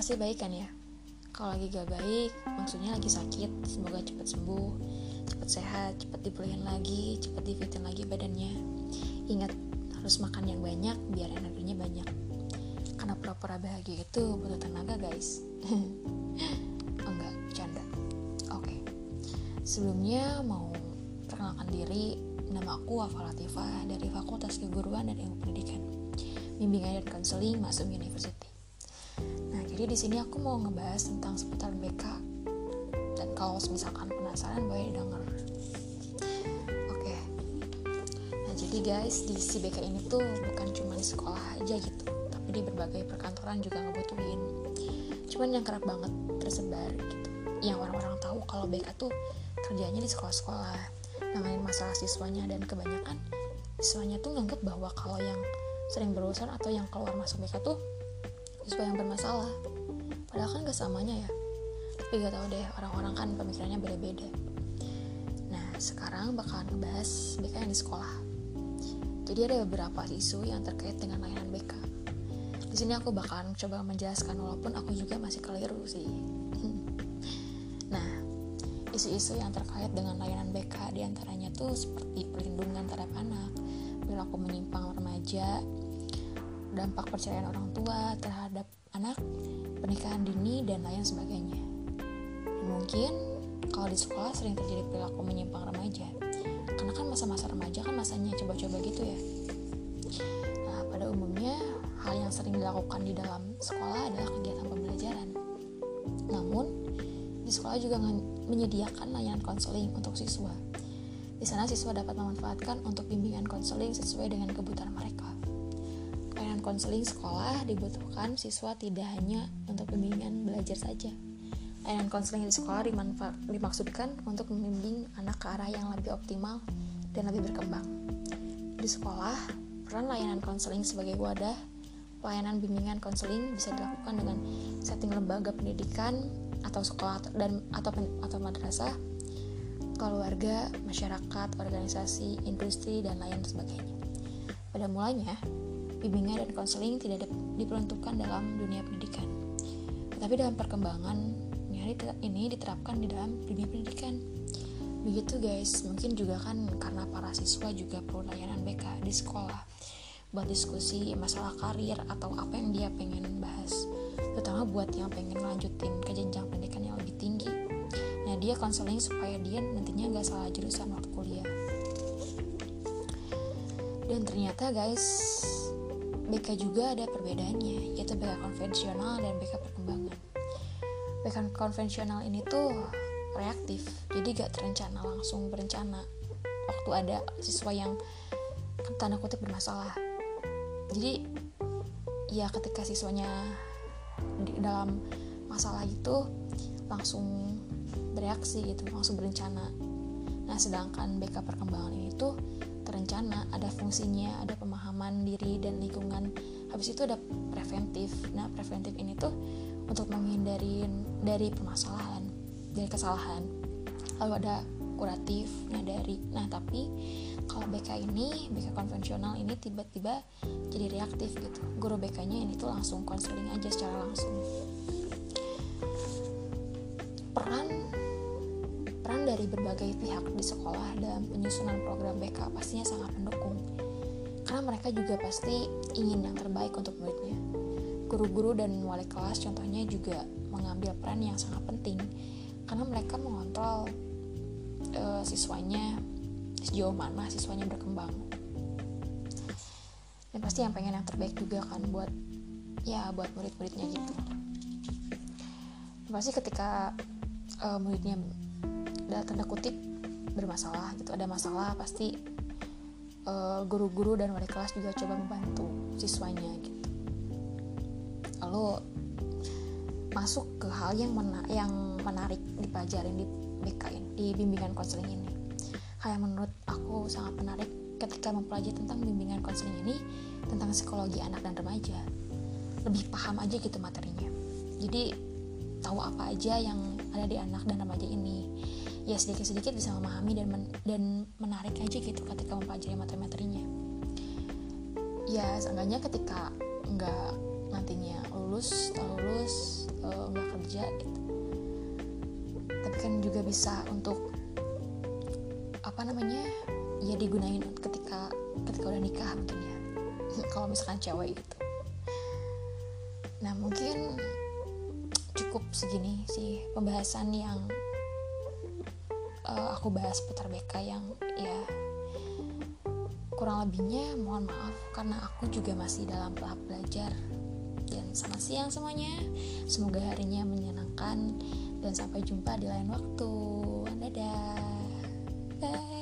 pasti baik kan ya? Kalau lagi gak baik, maksudnya lagi sakit, semoga cepat sembuh, cepat sehat, cepat dipulihin lagi, cepat difitin lagi badannya. Ingat, harus makan yang banyak biar energinya banyak. Karena pura-pura bahagia itu butuh tenaga guys. Enggak, bercanda. Oke. Sebelumnya mau perkenalkan diri, nama aku Wafa Latifah dari Fakultas Keguruan dan Ilmu Pendidikan, Bimbingan dan Konseling Maksum University. Nah, jadi di sini aku mau ngebahas tentang seputar BK. Dan kalau misalkan penasaran boleh denger. Oke. Nah, jadi guys, di si BK ini tuh bukan cuma di sekolah aja gitu, tapi di berbagai perkantoran juga ngebutuhin. Cuman yang kerap banget tersebar gitu, yang orang-orang tahu kalau BK tuh kerjanya di sekolah-sekolah, nanganin masalah siswanya, dan kebanyakan siswanya tuh nganggep bahwa kalau yang sering berurusan atau yang keluar masuk BK tuh siswa yang bermasalah. Padahal kan gak samanya ya. Tapi gak tahu deh, orang-orang kan pemikirannya beda-beda. Nah, sekarang bakalan ngebahas BK yang di sekolah. Jadi ada beberapa isu yang terkait dengan layanan BK. Di sini aku bakalan coba menjelaskan walaupun aku juga masih keliru sih. Nah, isu-isu yang terkait dengan layanan BK diantaranya tuh seperti perlindungan terhadap anak, perilaku menyimpang remaja, dampak perceraian orang tua terhadap anak, pernikahan dini, dan lain sebagainya. Dan mungkin kalau di sekolah sering terjadi perilaku menyimpang remaja, karena kan masa-masa remaja kan masanya coba-coba gitu ya. Nah, pada umumnya hal yang sering dilakukan di dalam sekolah adalah kegiatan pembelajaran. Namun, di sekolah juga menyediakan layanan konseling untuk siswa. Di sana siswa dapat memanfaatkan untuk bimbingan konseling sesuai dengan kebutuhan mereka. Layanan konseling sekolah dibutuhkan siswa tidak hanya untuk bimbingan belajar saja. Layanan konseling di sekolah dimaksudkan untuk membimbing anak ke arah yang lebih optimal dan lebih berkembang. Di sekolah, peran layanan konseling sebagai wadah pelayanan bimbingan konseling bisa dilakukan dengan setting lembaga pendidikan atau sekolah atau madrasah, keluarga, masyarakat, organisasi, industri, dan lain sebagainya. Pada mulanya, bimbingan dan konseling tidak diperuntukkan dalam dunia pendidikan, tetapi dalam perkembangan ini diterapkan di dalam dunia pendidikan. Begitu guys, mungkin juga kan karena para siswa juga perlu layanan BK di sekolah buat diskusi masalah karir atau apa yang dia pengen bahas, terutama buat yang pengen lanjutin ke jenjang pendidikan yang lebih tinggi. Nah, dia konseling supaya dia nantinya gak salah jurusan waktu kuliah. Dan ternyata guys, BK juga ada perbedaannya, yaitu BK konvensional dan BK perkembangan. BK konvensional ini tuh reaktif, jadi gak terencana, langsung berencana waktu ada siswa yang tanda kutip bermasalah. Jadi ya ketika siswanya dalam masalah itu langsung bereaksi gitu, langsung berencana. Nah, sedangkan BK perkembangan ini tuh terencana, ada fungsinya, ada pemahaman diri dan lingkungan. Habis itu ada preventif. Nah, preventif ini tuh untuk menghindari dari permasalahan, dari kesalahan. Lalu ada kuratif, Nah, tapi kalau BK konvensional ini tiba-tiba jadi reaktif gitu. Guru BK-nya ini tuh langsung konseling aja secara langsung. Peran dari berbagai pihak di sekolah dalam penyusunan program BK pastinya sangat mendukung, karena mereka juga pasti ingin yang terbaik untuk muridnya. Guru-guru dan wali kelas contohnya juga mengambil peran yang sangat penting, karena mereka mengontrol siswanya sejauh mana siswanya berkembang. Dan pasti yang pengen yang terbaik juga kan buat murid-muridnya gitu. Dan pasti ketika muridnya tanda kutip bermasalah gitu, ada masalah, pasti guru-guru dan wali kelas juga coba membantu siswanya gitu. Lalu masuk ke hal yang menarik dipelajarin di BK ini, di bimbingan konseling ini. Hal yang menurut aku sangat menarik ketika mempelajari tentang bimbingan konseling ini, tentang psikologi anak dan remaja. Lebih paham aja gitu materinya. Jadi tahu apa aja yang ada di anak dan remaja ini. Ya sedikit-sedikit bisa memahami dan menarik aja gitu ketika mempelajari materi-materinya. Ya seenggaknya ketika nggak nantinya lulus nggak kerja gitu. Tapi kan juga bisa untuk ya digunain ketika udah nikah mungkin ya. Kalau misalkan cewek gitu. Nah mungkin cukup segini sih pembahasan yang aku bahas putar BK, yang ya kurang lebihnya mohon maaf karena aku juga masih dalam tahap belajar. Dan selamat siang semuanya, semoga harinya menyenangkan dan sampai jumpa di lain waktu. Dadah, bye.